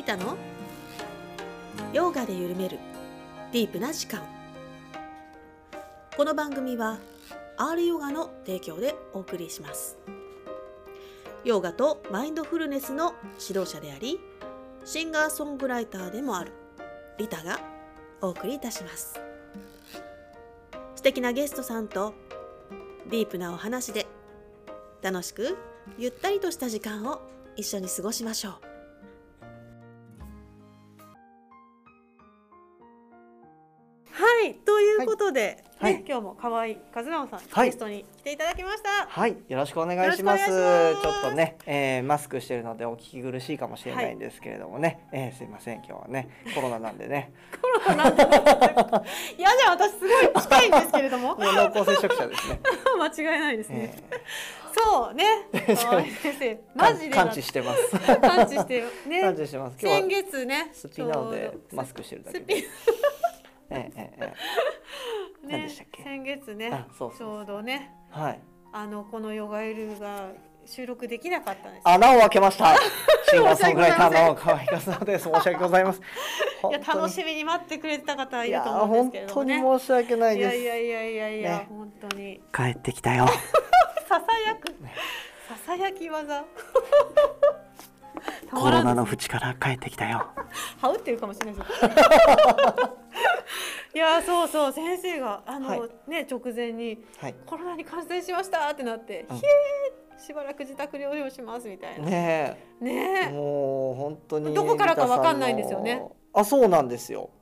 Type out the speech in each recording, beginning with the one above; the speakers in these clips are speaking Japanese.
たの？ヨガで緩めるディープな時間。この番組は R ヨガの提供でお送りします。ヨガとマインドフルネスの指導者であり、シンガーソングライターでもあるリタがお送りいたします。素敵なゲストさんとディープなお話で楽しくゆったりとした時間を一緒に過ごしましょう。はい、ということで、今日も河合和直さん、ゲストに来ていただきました。 はい、よろしくお願いします。ちょっとね、マスクしてるのでお聞き苦しいかもしれないんですけれどもね、すいません、今日はねコロナなんでね。 コロナなんでいやじゃあ私すごい近いんですけれども。 濃厚接触者ですね。 間違いないですね。そうね。河合先生、マジで感知してます。 感知してね。 感知してます。 先月ね。 スピなのでマスクしてるだけで。何でしたっけ？ 先月ね、ちょうどね、このヨガエルが収録できなかったんです。 穴を開けました。シンガーソングライターの河合和直です。申し訳ございません。 いや楽しみに待ってくれた方いると思うんですけれどもね。 本当に申し訳ないです。 いや本当に。 帰ってきたよ。 ささやき技。 コロナの淵から帰ってきたよ。 はうってるかもしれないです。いやそう先生が直前にコロナに感染しましたってなって、しばらく自宅療養しますみたいな。ねえ。 もう本当にどこからかわかんないんですよね。 そうなんですよ。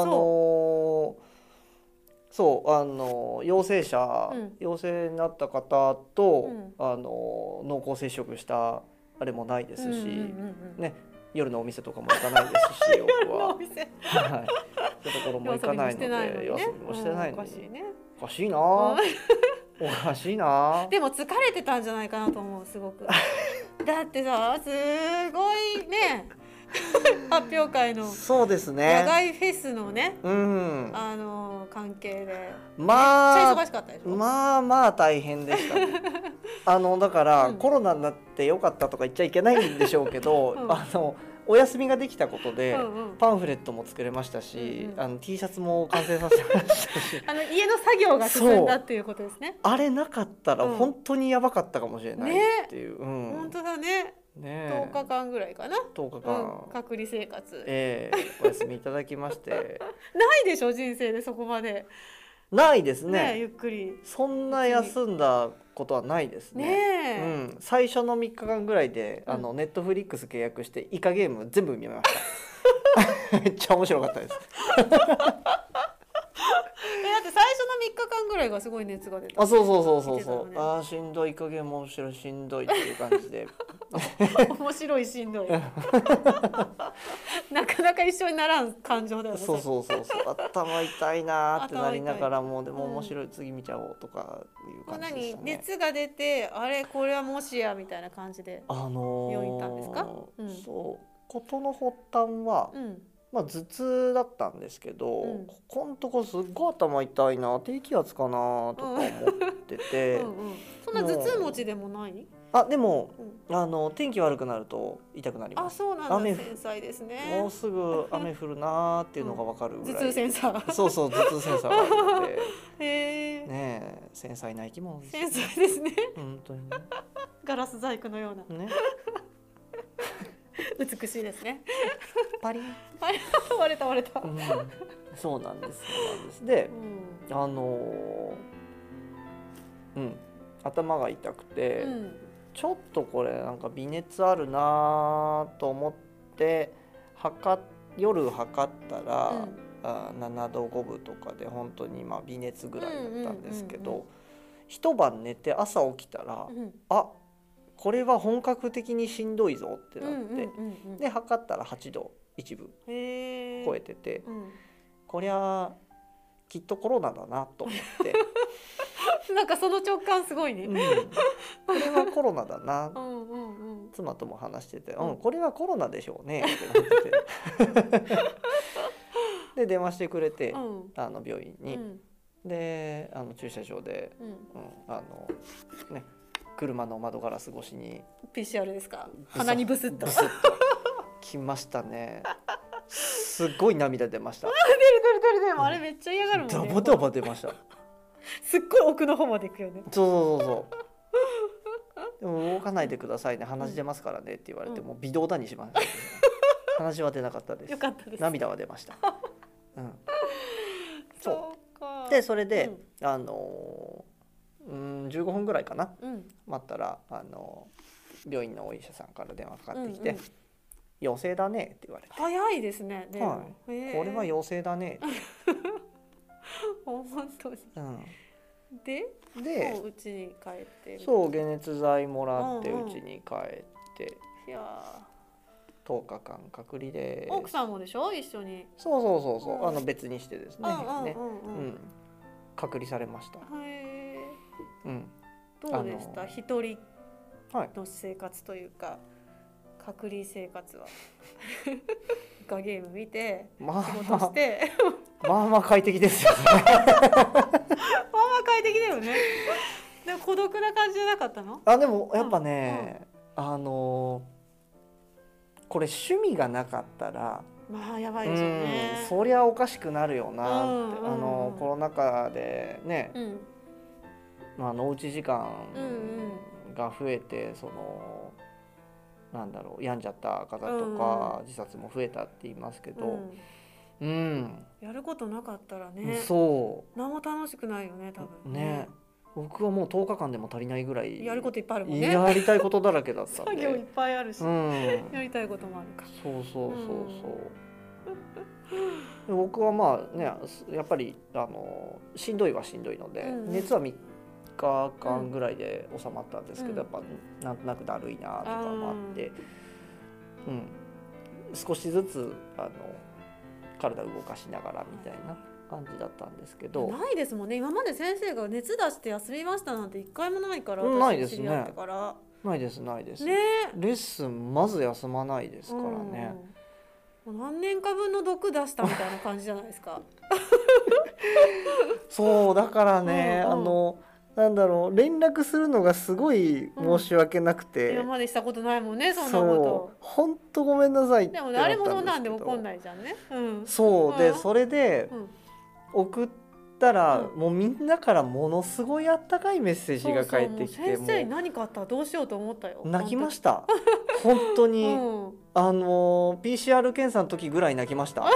陽性になった方と、濃厚接触したあれもないですし、夜のお店とかも行かないですし、僕は。そういうところも行かないので、休みもしてないのに。おかしいな。おかしいな。 でも疲れてたんじゃないかなと思う、すごく。だってさ、すごいね。発表会のそうですね。 野外フェスのね、関係でめっちゃ忙しかったでしょ。 まあ大変でしたね。だからコロナになってよかったとか言っちゃいけないんでしょうけど、お休みができたことでパンフレットも作れましたし、T シャツも完成させましたし、 家の作業が進んだっていうことですね。 あれなかったら本当にやばかったかもしれないっていう。 本当だね。10日間ぐらいかな。 10日間、 隔離生活。 お休みいただきまして。 ないでしょ、人生でそこまで。 ないですね。 ゆっくり。 そんな休んだことはないですね。最初の3日間ぐらいでネットフリックス契約してイカゲーム全部見ました。めっちゃ面白かったです。 だって最初の3日間ぐらいがすごい熱が出た。 そうしんどい、イカゲーム面白い、しんどいっていう感じで。 面白い、しんどい。なかなか一緒にならん感情だよね。 頭痛いなってなりながらも、でも面白い、次見ちゃおうとかいう感じでしたね。 熱が出て、あれこれはもしやみたいな感じで病院行ったんですか？ 事の発端は頭痛だったんですけど、ここのとこすっごい頭痛いな、低気圧かなとか思ってて。 そんな頭痛持ちでもない？ でも天気悪くなると痛くなります。 そうなんだ。繊細ですね。 もうすぐ雨降るなーっていうのが分かるぐらい。 頭痛センサー。 頭痛センサーがあって。繊細な生き物です。 繊細ですね。 本当にね。 ガラス細工のような。美しいですね。 パリン。 割れた。 そうなんです。で、頭が痛くて、ちょっとこれなんか微熱あるなと思って夜測ったら、7度5分とかで本当に微熱ぐらいだったんですけど、一晩寝て朝起きたら、これは本格的にしんどいぞってなって、で測ったら8度1分超えてて、こりゃきっとコロナだなと思って。 なんかその直感すごいね。 これはコロナだな。妻とも話してて、これはコロナでしょうねってなってて。で電話してくれて、病院に。で駐車場で、車の窓ガラス越しに PCR ですか？鼻にブスッときましたね。すごい涙出ました。 出る、あれめっちゃ嫌がるもんね。 ダバダバ出ました。 すっごい奥の方まで行くよね。 そうでも動かないでくださいね、鼻血出ますからねって言われて、もう微動だにしました、ね、鼻血は出なかったです。 よかったです。 涙は出ました、 そうか。 でそれで、15分ぐらいかな、待ったら病院のお医者さんから電話かかってきて、陽性だねって言われて。 早いですね。でも、 はい、これは陽性だね本当に、でもう家に帰ってそう解熱剤もらって家に帰って、 いや 10日間隔離で。 奥さんもでしょ、一緒に。 そう別にしてですね、隔離されました。 どうでした、一人の生活というか、隔離生活はゲーム見て仕事してまあ快適ですよね快適だよね。でも孤独な感じじゃなかったの？ でもやっぱね、これ趣味がなかったらやばいでしょうね。 そりゃおかしくなるよなって、コロナ禍でね、おうち時間が増えて、なんだろう、病んじゃった方とか、自殺も増えたって言いますけど、 やることなかったらね、何も楽しくないよね、多分ね。 僕はもう10日間でも足りないぐらいやることいっぱいあるもんね。 やりたいことだらけだったんで作業いっぱいあるし、やりたいこともあるか。 僕はまあね、やっぱりしんどいはしんどいので、熱は3日間ぐらいで収まったんですけど、やっぱなんとなくだるいなとかもあって、少しずつ体動かしながらみたいな感じだったんですけど。 ないですもんね、今まで先生が熱出して休みましたなんて一回もないから。 ないですね。ないですね。 レッスンまず休まないですからね。 何年か分の毒出したみたいな感じじゃないですかそうだからね、なんだろう、連絡するのがすごい申し訳なくて、 今までしたことないもんね、そんなこと。 本当ごめんなさいってでも誰もそんなんで怒んないじゃんね。 でそれで送ったら、もうみんなからものすごいあったかいメッセージが返ってきて、 先生に何かあったらどうしようと思ったよ。 泣きました本当に。PCR 検査の時ぐらい泣きました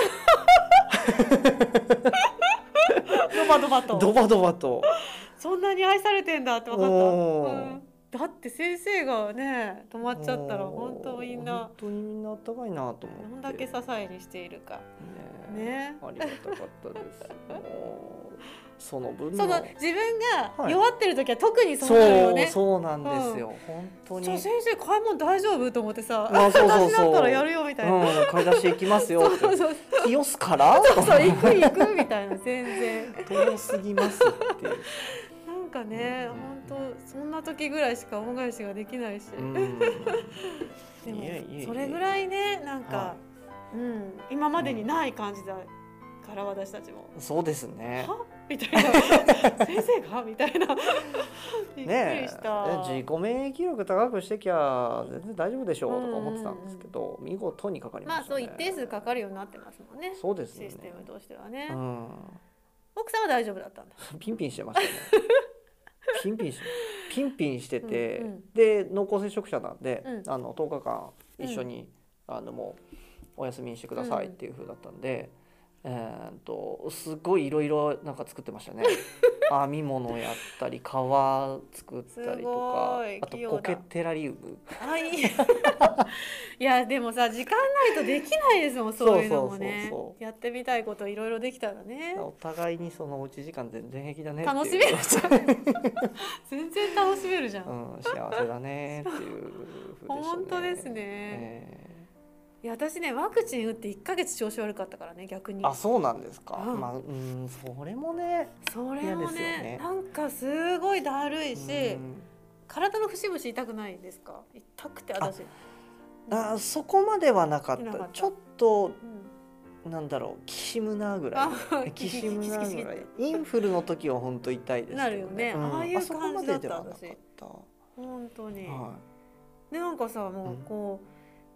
ドバドバとそんなに愛されてんだって分かった。だって先生がね止まっちゃったら本当みんなあったかいなと思って、 どんだけ支えにしているかね。 ありがたかったですその分自分が弱ってる時は特にそうなるよね。 そうなんですよ、本当に。 先生買い物大丈夫と思ってさ、私だったらやるよみたいな、 買い出し行きますよって清須から行くみたいな、全然遠すぎますっていうなんかね、本当そんな時ぐらいしか恩返しができないしでもそれぐらいね、なんか今までにない感じだから私たちも。 そうですね。 はみたいな先生がみたいなびっくりした。 自己免疫力高くしてきゃ全然大丈夫でしょうとか思ってたんですけど、見事にかかりましたね。 そう一定数かかるようになってますもんね。 そうですね。 システムとしてはね。奥さんは大丈夫だったんだ。 ピンピンしてましたね。ピンピンしてて、で濃厚接触者なんで、10日間一緒にもうお休みにしてくださいっていう風だったんで。すごいいろいろなんか作ってましたね編み物やったり革作ったりとか、あとポケテラリウムいやでもさ、時間ないとできないですもん、そういうのもね。やってみたいこといろいろできたらね。 お互いにそのおうち時間全然平気だねって楽しめるじゃん全然楽しめるじゃん、 幸せだねっていうふうでしたね。 本当ですね。いや私ね、ワクチン打って1ヶ月調子悪かったからね、逆に。 そうなんですか。それもね嫌ですよね。 なんかすごいだるいし、体の節々痛くないですか？痛くて私そこまではなかった。ちょっとなんだろう、きしむなぐらい、きしむなぐらい。インフルの時は本当痛いですけどね。 なるよね、ああいう感じだった私。 本本当に。でなんかさ、もうこう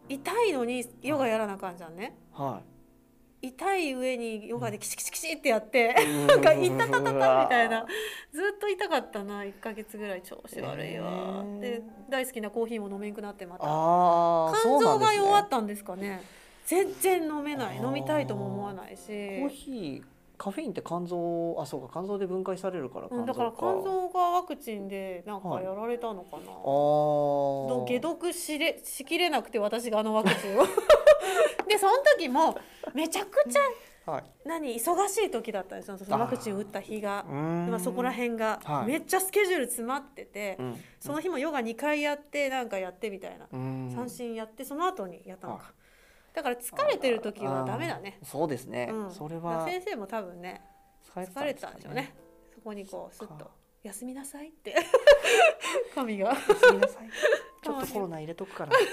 痛いのにヨガやらなあかんじゃんね。 は痛い上にヨガでキシキシキシってやってい。 なんか痛たたたみたいな、ずっと痛かったな。1ヶ月ぐらい調子悪いわ、で大好きなコーヒーも飲めんくなって、また肝臓が弱ったんですかね。全然飲めない、飲みたいとも思わないし。コーヒーカフェインって肝臓、あ、そうか、肝臓で分解されるから肝臓か、 だから肝臓がワクチンでなんかやられたのかな、解毒しきれなくて、私がワクチンをでその時もめちゃくちゃ、忙しい時だったんですよ、そのワクチン打った日が。そこら辺がめっちゃスケジュール詰まってて、その日もヨガ2回やって、なんかやってみたいな、三振やって、その後にやったのか。だから疲れてる時はダメだね。 そうですね、それは先生も多分ね、疲れてたんでしょうね。そこにこうスッと休みなさいって神が休みなさい、ちょっとコロナ入れとくから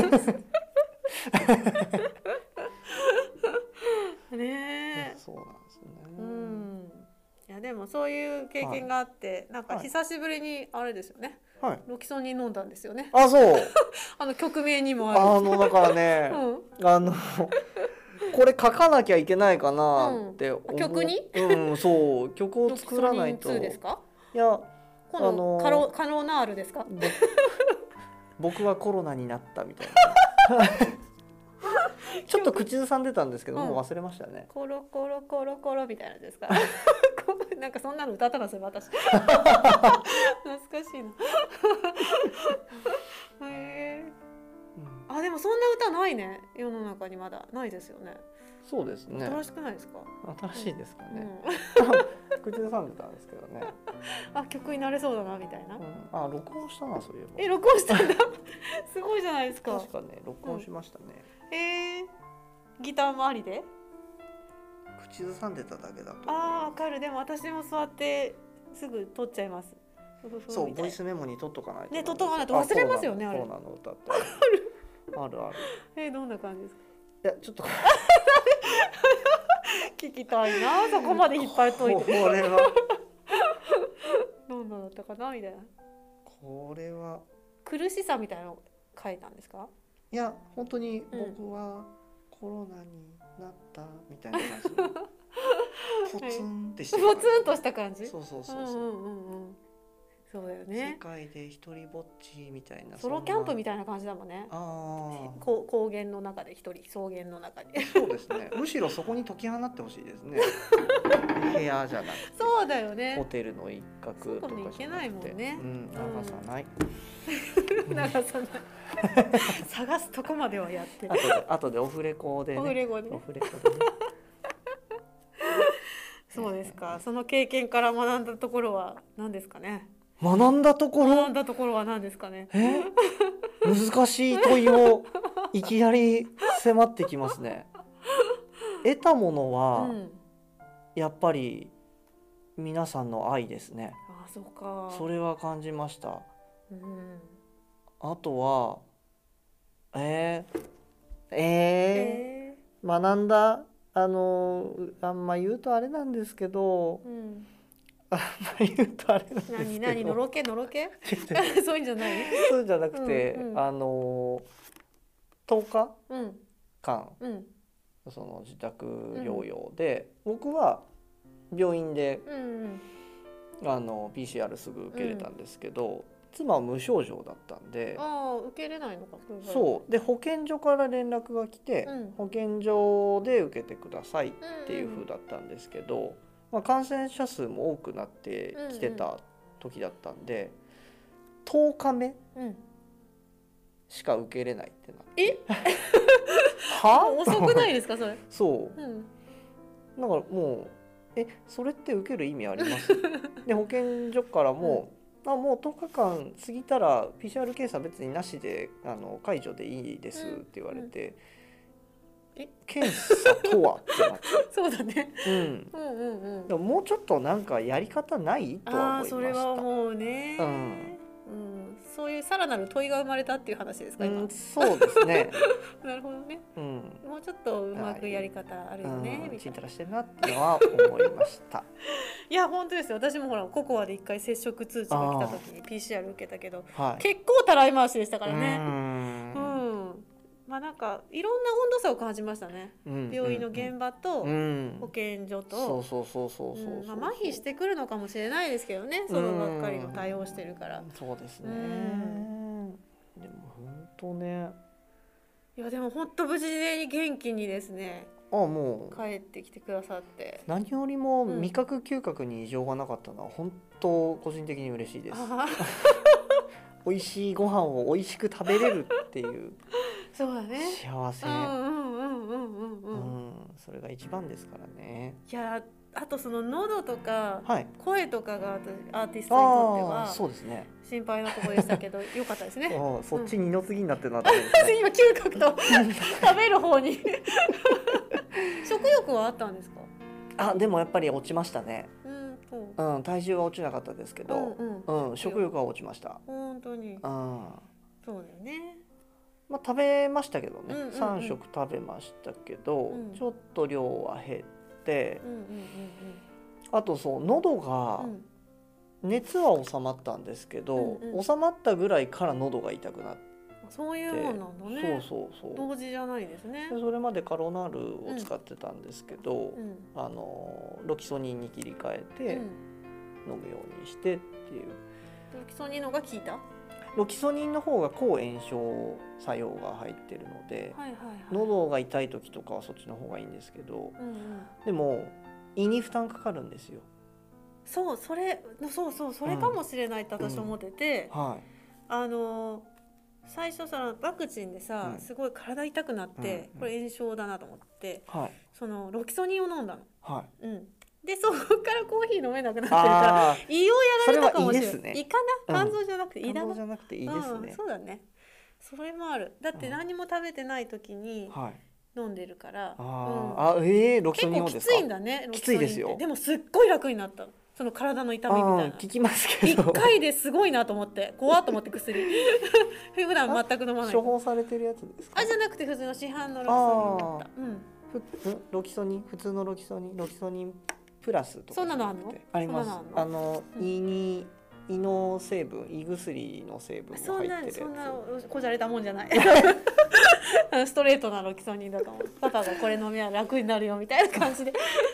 ねえ、 そうなんですね。 いやでもそういう経験があって、なんか久しぶりにあれですよね、ロキソニン飲んだんですよね。 あ、そう曲名にもある、 だからね、これ書かなきゃいけないかなって思う、 曲にそう、曲を作らないと。 ロキソニン2ですか？ いや、 カロナールですか？ 僕はコロナになったみたいなちょっと口ずさんでたんですけど、もう忘れましたね。 コロコロコロコロみたいなんですか？なんかそんなの歌ったの、それ私懐かしいなあ、でもそんな歌ないね、世の中に。まだないですよね。 そうですね。 新しくないですか？ 新しいですかね。口ずさんでたんですけどね。 あ、曲になれそうだなみたいな。 あ、録音したな、そういえば。 録音したんだすごいじゃないですか。 確かね、録音しましたね。ギターもありで？ 口ずさんでただけだと。 ああ、わかる。でも私も座ってすぐ撮っちゃいます。 そう、ボイスメモに取っとかないと。 ね、取っとかないと忘れますよね、あれ。 コーナーの歌って。あるある。 どんな感じですか？ いや、ちょっと聞きたいな、そこまで引っ張っといて。 これはどんなだったかなみたいな。 これは苦しさみたいなの書いたんですか？ いや、本当に僕はコロナになったみたいな感じ。ポツンってして、 ポツンとした感じ。 そう。 そうだよね。 世界で一人ぼっちみたいな、 ソロキャンプみたいな感じだもんね。高原の中で一人、草原の中で。 そうですね。むしろそこに解き放ってほしいですね。部屋じゃなくて。 そうだよね。 ホテルの一角とかじゃなくて。 外に行けないもんね。 流さない。 流さない。探すとこまではやってる。 後でオフレコでね。 オフレコでね。そうですか。その経験から学んだところは何ですかね。 学んだところは何ですかね。 難しい問いをいきなり迫ってきますね。得たものは、やっぱり皆さんの愛ですね。 あ、そうか。 それは感じました。あとは学んだ、あんま言うとあれなんですけど、 何のろけそういうんじゃない？ そうじゃなくて、10日間、その自宅療養で、僕は病院で、PCR すぐ受けれたんですけど、妻は無症状だったんで。 受けれないのか。 そうで、保健所から連絡が来て、保健所で受けてくださいっていう風だったんですけど、感染者数も多くなってきてた時だったんで、10日目しか受けれないってなって。 遅くないですかそれ？ そう、だからもうそれって受ける意味あります？で、保健所からも、もう10日間過ぎたら PCR 検査別になしで解除でいいですって言われて、検査とはってなってそうだね。 でももうちょっとなんかやり方ないとは思いました。 それはもうね、そういうさらなる問いが生まれたっていう話ですか今。 そうですね。 なるほどね。もうちょっとうまくやり方あるよね。 ちんたらしてるなってのは思いました。 いや本当ですよ。私もほらココアで一回接触通知が来た時に PCR 受けたけど、結構たらい回しでしたからね。 まあなんかいろんな温度差を感じましたね、病院の現場と保健所と、麻痺してくるのかもしれないですけどね、そのばっかりの対応してるから。 そうですね、でも本当ね、 いやでも本当無事に元気にですね、 もう帰ってきてくださって、 何よりも味覚嗅覚に異常がなかったのは本当個人的に嬉しいです。美味しいご飯を美味しく食べれるっていうそうだね、 幸せ、それが一番ですからね。 いや、あとその喉とか声とかがアーティストにとってはそうですね、 心配なところでしたけど良かったですね。 そっち二の次になってるなと思って今嗅覚と食べる方に食欲はあったんですか？ でもやっぱり落ちましたね。体重は落ちなかったですけど、食欲は落ちました。 本当に。そうだよね。 食べましたけどね、3食食べましたけど、ちょっと量は減って、あと喉が、熱は収まったんですけど、収まったぐらいから喉が痛くなって。 そういうもんなんだね。そう同時じゃないですね。 それまでカロナールを使ってたんですけど、ロキソニンに切り替えて飲むようにしてっていう。 ロキソニンのが効いた？ ロキソニンの方が抗炎症作用が入ってるので、喉が痛い時とかはそっちの方がいいんですけど、でも胃に負担かかるんですよ。それかもしれないって私思ってて、最初ワクチンでさ、すごい体痛くなって、これ炎症だなと思って、そのロキソニンを飲んだの。でそこからコーヒー飲めなくなってるから胃をやられたかもしれない。胃かな、肝臓じゃなくて胃だな。肝臓じゃなくて胃ですね。そうだね。それもある。だって何も食べてない時に飲んでるから。 ロキソニンをですか？ 結構きついんだね。 きついですよ。 でもすっごい楽になった。その体の痛みみたいな。 聞きますけど。 1回ですごいなと思って、怖っと思って薬。普段全く飲まない。 処方されてるやつですか？ じゃなくて普通の市販のロキソニンだった。 ロキソニン、普通のロキソニンプラスとか。 そんなのあるの？ あります。胃の成分、胃薬の成分も入ってるやつ。 そんなこじゃれたもんじゃない。ストレートなロキソニンだと思う。パパがこれ飲みは楽になるよみたいな感じで。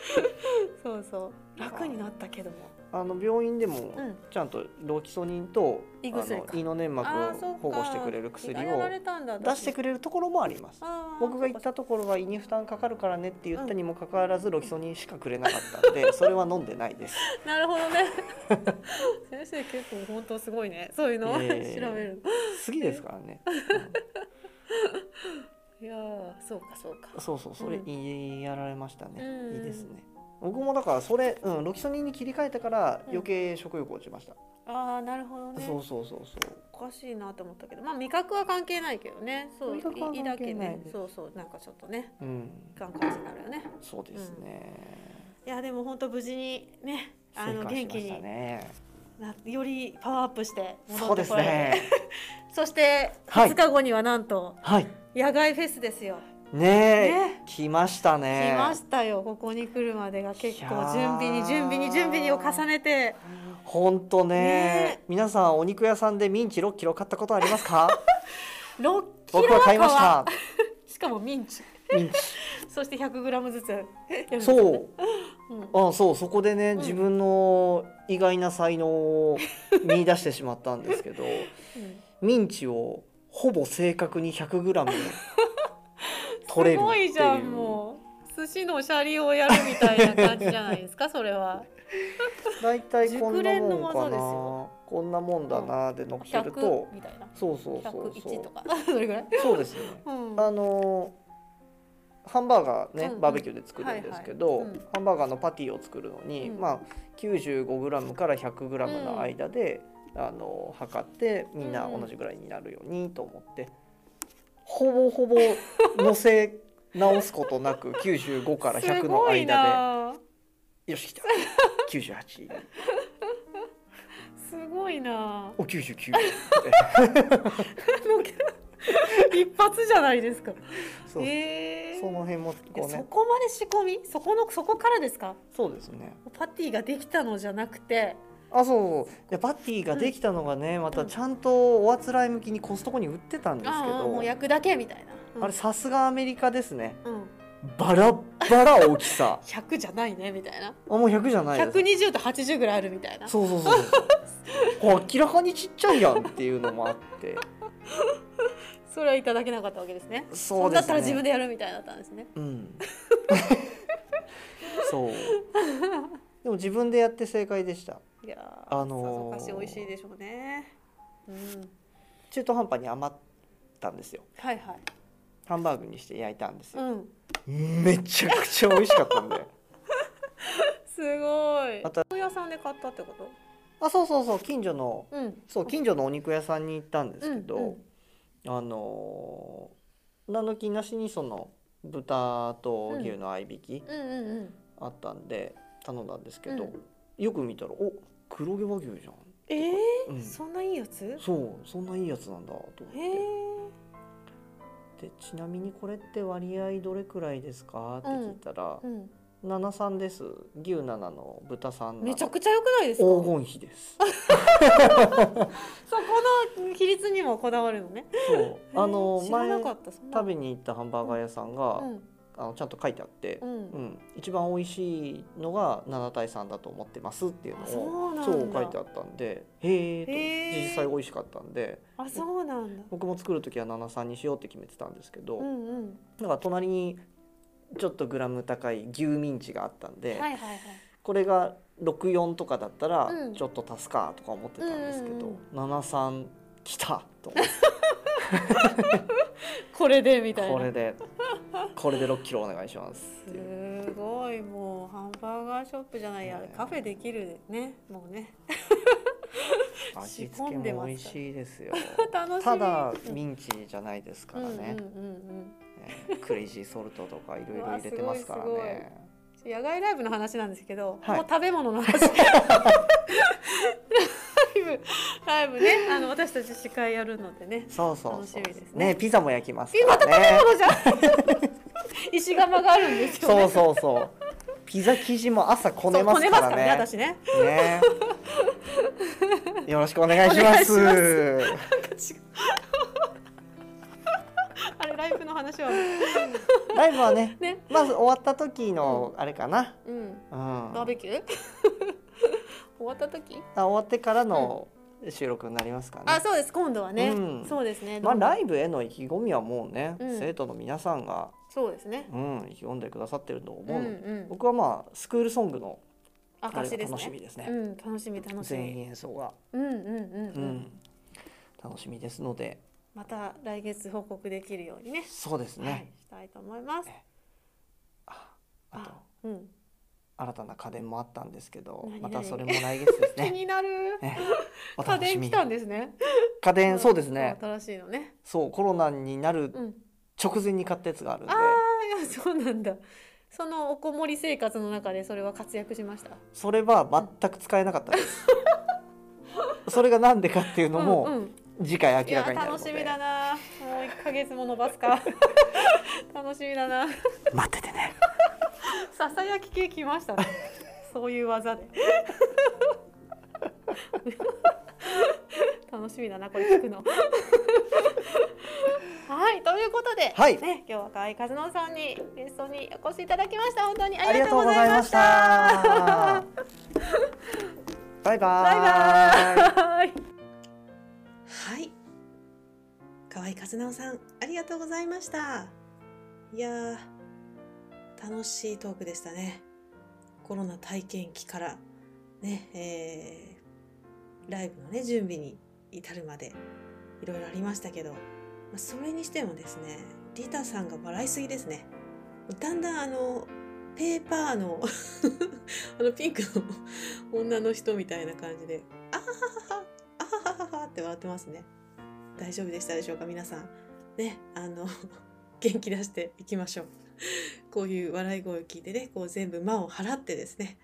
楽になったけども。 病院でもちゃんとロキソニンと胃の粘膜を保護してくれる薬を出してくれるところもあります。僕が行ったところは胃に負担かかるからねって言ったにもかかわらずロキソニンしかくれなかったんで、それは飲んでないです。 なるほどね。先生結構本当すごいね、そういうのを調べる。 好きですからね。 いやそうか。 それやられましたね。いいですね。僕もだからロキソニンに切り替えてから余計食欲落ちました。 なるほどね。 そうおかしいなと思ったけど、味覚は関係ないけどね。胃だけね。なんかちょっとね、いかん感じになるよね。 そうですね。 いやでも本当無事にね、元気によりパワーアップして戻ってこられて、そして2日後にはなんと野外フェスですよ。来ましたね。来ましたよ。ここに来るまでが結構準備にを重ねて。 本当ね。皆さんお肉屋さんでミンチ6キロ買ったことありますか ？6キロ僕は買いました。 しかもミンチ。そして100グラムずつ。 そこでね、自分の意外な才能を見出してしまったんですけど、ミンチをほぼ正確に100グラム取れるっていう。すごいじゃん、 もう寿司のシャリをやるみたいな感じじゃないですか。それはだいたいこんなもんかな、こんなもんだなで乗ってると、 みたいな。 101 とかそれぐらい。 そうですね。ハンバーガーね、バーベキューで作るんですけど、ハンバーガーのパティを作るのに、95g から 100g の間で測ってみんな同じぐらいになるようにと思って、ほぼほぼ乗せ直すことなく95から100の間でよし来た98 すごいな。 お99 一発じゃないですか。 その辺もこうね。 そこまで仕込み？そこからですか？ そうですね。 パティができたのじゃなくて。 そうパティができたのがね、またちゃんとおあつらい向きにコストコに売ってたんですけど、 もう焼くだけみたいな。 あれさすがアメリカですね。 うん、 バラバラ大きさ 100じゃないねみたいな。 あ、もう100じゃないです。 120と80ぐらいあるみたいな。 そうそうそうそう明らかにちっちゃいやんっていうのもあってそれはいただけなかったわけですね。 そうですね。 だったら自分でやるみたいだったんですね。 うんそうでも自分でやって正解でした。 いやー、さぞかし美味しいでしょうね。うん、 中途半端に余ったんですよ。 はいはい。 ハンバーグにして焼いたんですよ、 うん、 めちゃくちゃ美味しかったんで。 すごい。 またお屋さんで買ったってこと？ あ、そうそうそう、近所の、 うん、 そう近所のお肉屋さんに行ったんですけど、 うんうん、 何の気なしにその豚と牛の合いびきうんうんうん、 あったんで頼んだんですけど、 うん、 よく見たらお黒毛和牛じゃん。うん、 そんないいやつ？ そうそんないいやつなんだと思って、でちなみにこれって割合どれくらいですかって聞いたら、 うん、 73です。牛7の豚3のめちゃくちゃ良くないですか？ 黄金比です。 そこの比率にもこだわるのね。 そう知らなか前った。そんな食べに行ったハンバーガー屋さんが、 うんちゃんと書いてあって、 うん一番美味しいのが7対3だと思ってますっていうのをそうなんだそう書いてあったんで、へえとへー実際美味しかったんで、 あ、そうなんだ。 僕も作る時は73にしようって決めてたんですけど、 うんうん、 だから隣にちょっとグラム高い牛ミンチがあったんで、 はいはいはい。 これが64とかだったらうんちょっと足すかとか思ってたんですけど、 うんうん 73きたと思ってこれでみたいな。 これで6キロお願いしますっていう。 すごい、もうハンバーガーショップじゃないや、 ねカフェできるね、もうね。 味付けも美味しいですよ。 楽しみ。 ただミンチじゃないですからね。 うんうんうんうんねクレイジーソルトとかいろいろ入れてますからうわね。 野外ライブの話なんですけど、 はいもう食べ物の話。ライブね、私たち司会やるのでね。 そうそうそう。 楽しみですね。 ね、ピザも焼きますかまたらね。 食べ物じゃん。石窯があるんですよね。 そうそうそう。ピザ生地も朝こねますそうからね。 私ね。 ね。よろしくお願いします。 あれライブの話は。 ライブはね、 ね、 まず終わった時のあれかな。 うん、 うん。 バーベキュー。終わった時？ 終わってからの収録になりますかね。 あ、そうです。今度はね。 うんそうですね。 まあライブへの意気込みはもうね、 うん生徒の皆さんが、 そうですね。 意気込んでくださってると思うので、 うんうん僕はまあスクールソングの証ですね。 楽しみですね。 うん、楽しみ楽し全員み。 演奏が、 うんうんうんうん。 楽しみですので、 また来月報告できるようにね。 そうですね。 はい、したいと思います。 あとうん。 新たな家電もあったんですけど、 何またそれも来月です気ね。 になる。 お家楽しみに。 電来たんですね。 家電そうですね。 新しいのね。 そうコロナになるうん。 直前に買ったやつがあるんで、 ああ、いや、そうなんだ。そのおこもり生活の中でそれは活躍しました。 それは全く使えなかったです。それがなんでかっていうのも、 うんうん次回いや明らかになるので。 楽しみだな。もう1ヶ月も伸ばすか。楽しみだな。 待っててね。 ささやき系来ましたね。そういう技で。楽しみだなこれ聞くの。はいということで、 はいね、今日は河合和乃さんにゲストにお越しいただきました。本当にあありがとうりがとうごございましざいましたた。 バイババイバイ。 はい。河合和直さん、ありがとうございました。いやー、楽しいトークでしたね。コロナ体験記から、ね、ライブのね、準備に至るまで、いろいろありましたけど、それにしてもですね、リタさんが笑いすぎですね。だんだんペーパーのピンクの女の人みたいな感じで、あははは、あははははって笑ってますね。大丈夫でしたでしょうか皆さん。ね、元気出していきましょう。こういう笑い声を聞いてね、こう全部魔を払ってですね。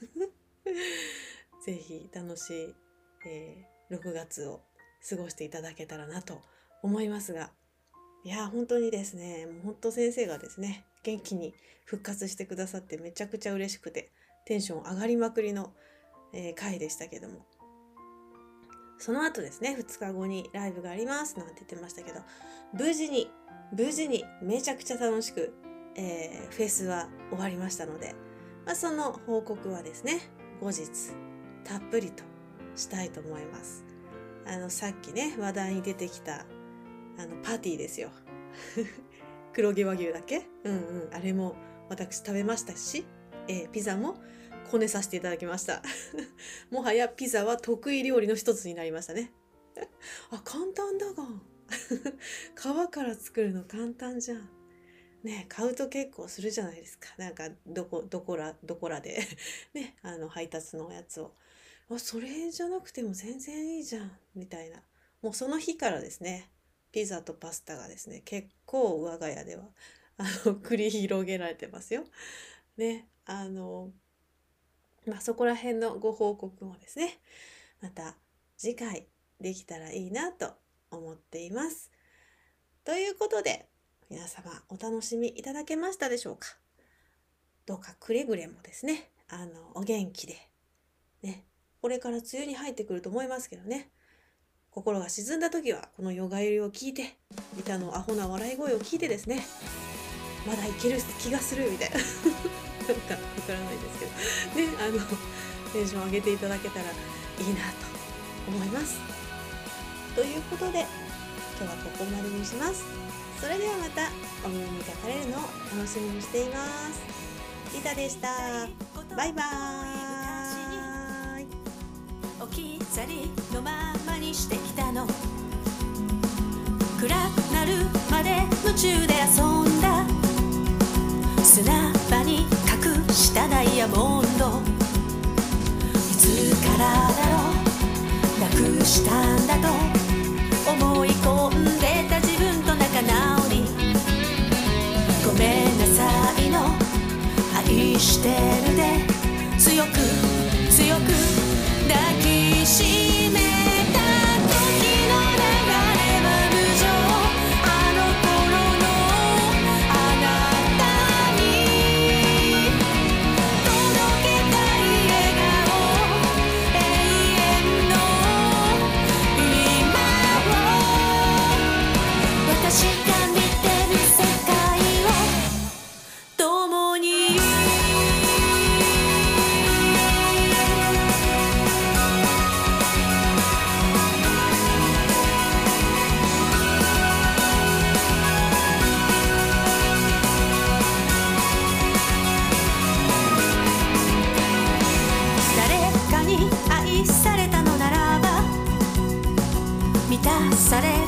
ぜひ楽しい、6月を過ごしていただけたらなと思いますが、いや本当にですね、もう本当先生がですね、元気に復活してくださってめちゃくちゃ嬉しくて、テンション上がりまくりの、回でしたけども、その後ですね、2日後にライブがありますなんて言ってましたけど、無事に無事にめちゃくちゃ楽しく、フェスは終わりましたので、その報告はですね、後日たっぷりとしたいと思います。さっきね話題に出てきたパティですよ黒毛和牛だけ、あれも私食べましたし、ピザもこねさせていただきましたもはやピザは得意料理の一つになりましたね簡単だが皮から作るの簡単じゃんね。買うと結構するじゃないですか。なんかどこらでね、配達のやつをそれじゃなくても全然いいじゃんみたいな、もうその日からですね、ピザとパスタがですね結構我が家では繰り広げられてますよね。そこら辺のご報告もですね、また次回できたらいいなと思っています。ということで皆様お楽しみいただけましたでしょうか。どうかくれぐれもですね、お元気でね、これから梅雨に入ってくると思いますけどね、心が沈んだ時はこのヨガゆりを聞いて、リタのアホな笑い声を聞いてですね、まだいける気がするみたいななんかわからないですけどね、テンション上げていただけたらいいなと思います。ということで今日はここまでにします。それではまたお耳にかかれるのを楽しみにしています。リタでした。バイバーイ。 置き去りのままにしてきたの、暗くなるまで夢中で遊んだ、砂場に隠したダイヤモンド、いつからだろうなくしたんだと思い込んでた自分と仲直り、ごめんなさいの愛してるで強く強く抱きしめた時の流れは無情、あの頃のあなたに届けたい笑顔、永遠の今を私が見てる世界を共に誰かに愛されたのならば満たされ